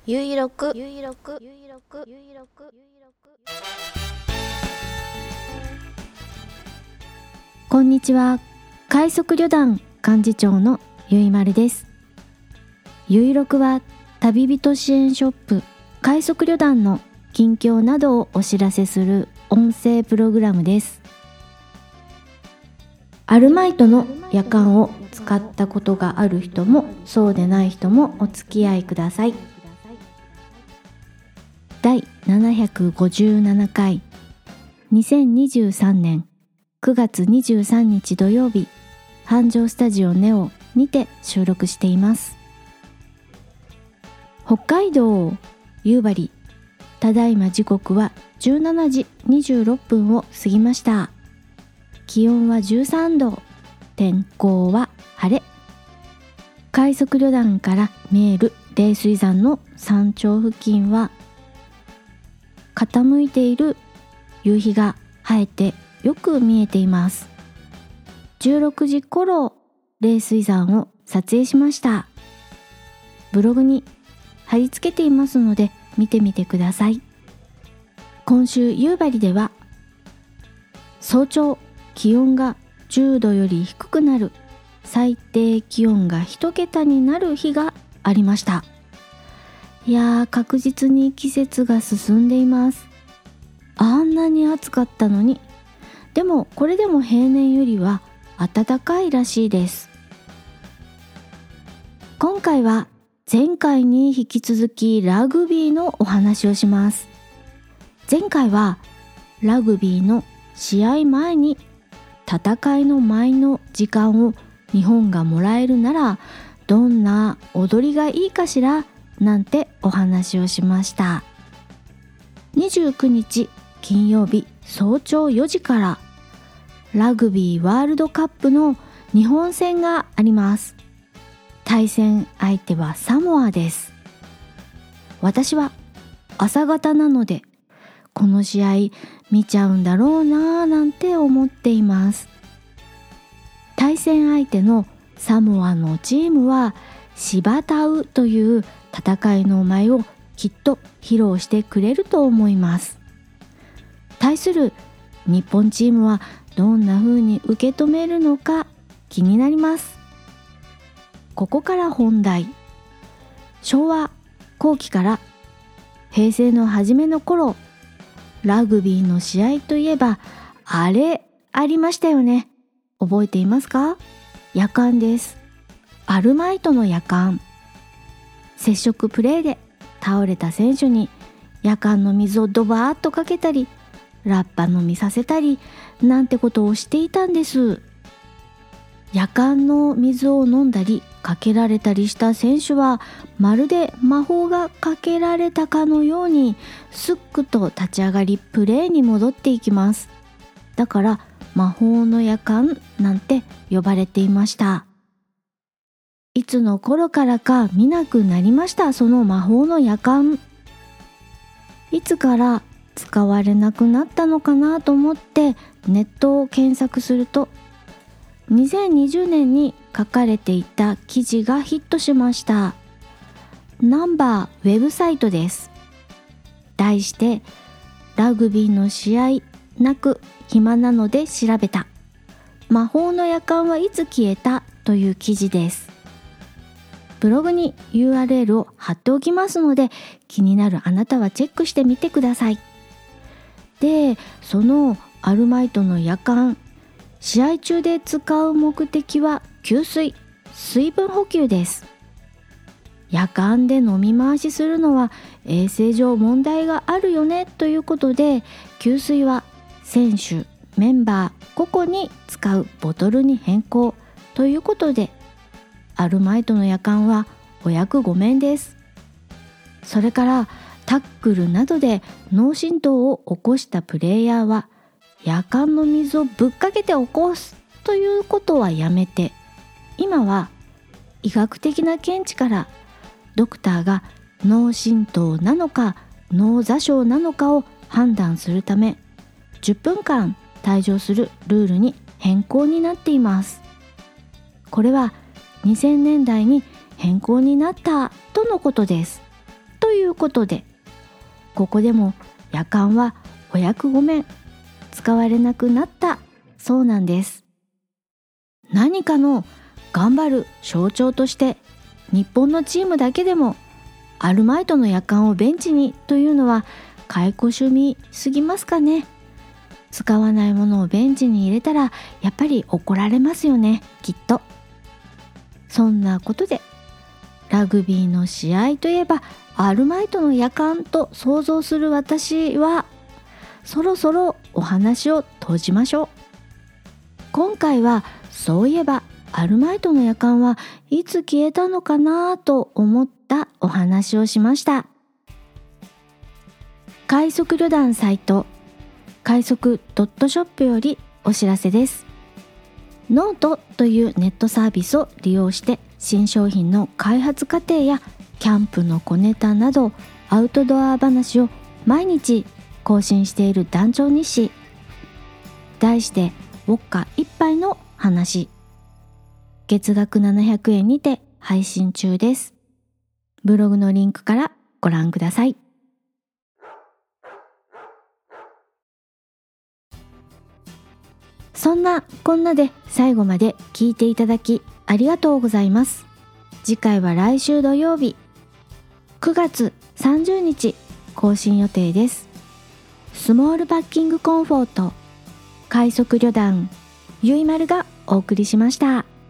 ゆいろくこんにちは。快速旅団幹事長のゆいまるです。ゆいろくは旅人支援ショップ快速旅団の近況などをお知らせする音声プログラムです。アルマイトの夜間を使ったことがある人もそうでない人もお付き合いください。第757回2023年9月23日土曜日、繁盛スタジオネオにて収録しています。北海道夕張、ただいま時刻は17時26分を過ぎました。気温は13度、天候は晴れ。快速旅団から見える冷水山の山頂付近は傾いている夕日が映えてよく見えています。16時頃冷水山を撮影しました。ブログに貼り付けていますので見てみてください。今週夕張では早朝気温が10度より低くなる、最低気温が1桁になる日がありました。いやー、確実に季節が進んでいます。あんなに暑かったのに、でもこれでも平年よりは暖かいらしいです。今回は前回に引き続きラグビーのお話をします。前回はラグビーの試合前に戦いの前の時間を日本がもらえるならどんな踊りがいいかしらなんてお話をしました。29日金曜日早朝4時からラグビーワールドカップの日本戦があります。対戦相手はサモアです。私は朝方なのでこの試合見ちゃうんだろうなぁなんて思っています。対戦相手のサモアのチームはシバタウという戦いの舞をきっと披露してくれると思います。対する日本チームはどんな風に受け止めるのか気になります。ここから本題。昭和後期から平成の初めの頃、ラグビーの試合といえばあれありましたよね。覚えていますか？夜間です。アルマイトの夜間。接触プレーで倒れた選手に夜間の水をドバーッとかけたり、ラッパ飲みさせたりなんてことをしていたんです。夜間の水を飲んだりかけられたりした選手はまるで魔法がかけられたかのようにすっくと立ち上がりプレーに戻っていきます。だから魔法の夜間なんて呼ばれていました。いつの頃からか見なくなりました。その魔法の夜間。いつから使われなくなったのかなと思ってネットを検索すると2020年に書かれていた記事がヒットしました。ナンバーウェブサイトです。題してラグビーの試合なく暇なので調べた、魔法の夜間はいつ消えたという記事です。ブログに URL を貼っておきますので気になるあなたはチェックしてみてください。で、そのアルマイトの夜間、試合中で使う目的は給水、水分補給です。夜間で飲み回しするのは衛生上問題があるよねということで、給水は選手、メンバー個々に使うボトルに変更ということで、アルマイトの夜間はお役御免です。それからタックルなどで脳震盪を起こしたプレイヤーは夜間の水をぶっかけて起こすということはやめて、今は医学的な見地からドクターが脳震盪なのか脳挫傷なのかを判断するため10分間退場するルールに変更になっています。これは2000年代に変更になったとのことです。 ということで、ここでもやかんはお役御免使われなくなったそうなんです。何かの頑張る象徴として日本のチームだけでもアルマイトのやかんをベンチにというのは解雇趣味すぎますかね。使わないものをベンチに入れたらやっぱり怒られますよね、きっと。そんなことでラグビーの試合といえばアルマイトのやかんと想像する私はそろそろお話を閉じましょう。今回はそういえばアルマイトのやかんはいつ消えたのかなと思ったお話をしました。快速旅団サイト快速.shopよりお知らせです。ノートというネットサービスを利用して新商品の開発過程やキャンプの小ネタなどアウトドア話を毎日更新している団長日誌、題してウォッカ一杯の話、月額700円にて配信中です。ブログのリンクからご覧ください。そんなこんなで最後まで聞いていただきありがとうございます。次回は来週土曜日9月30日更新予定です。スモールパッキングコンフォート快速旅団ゆいまるがお送りしました。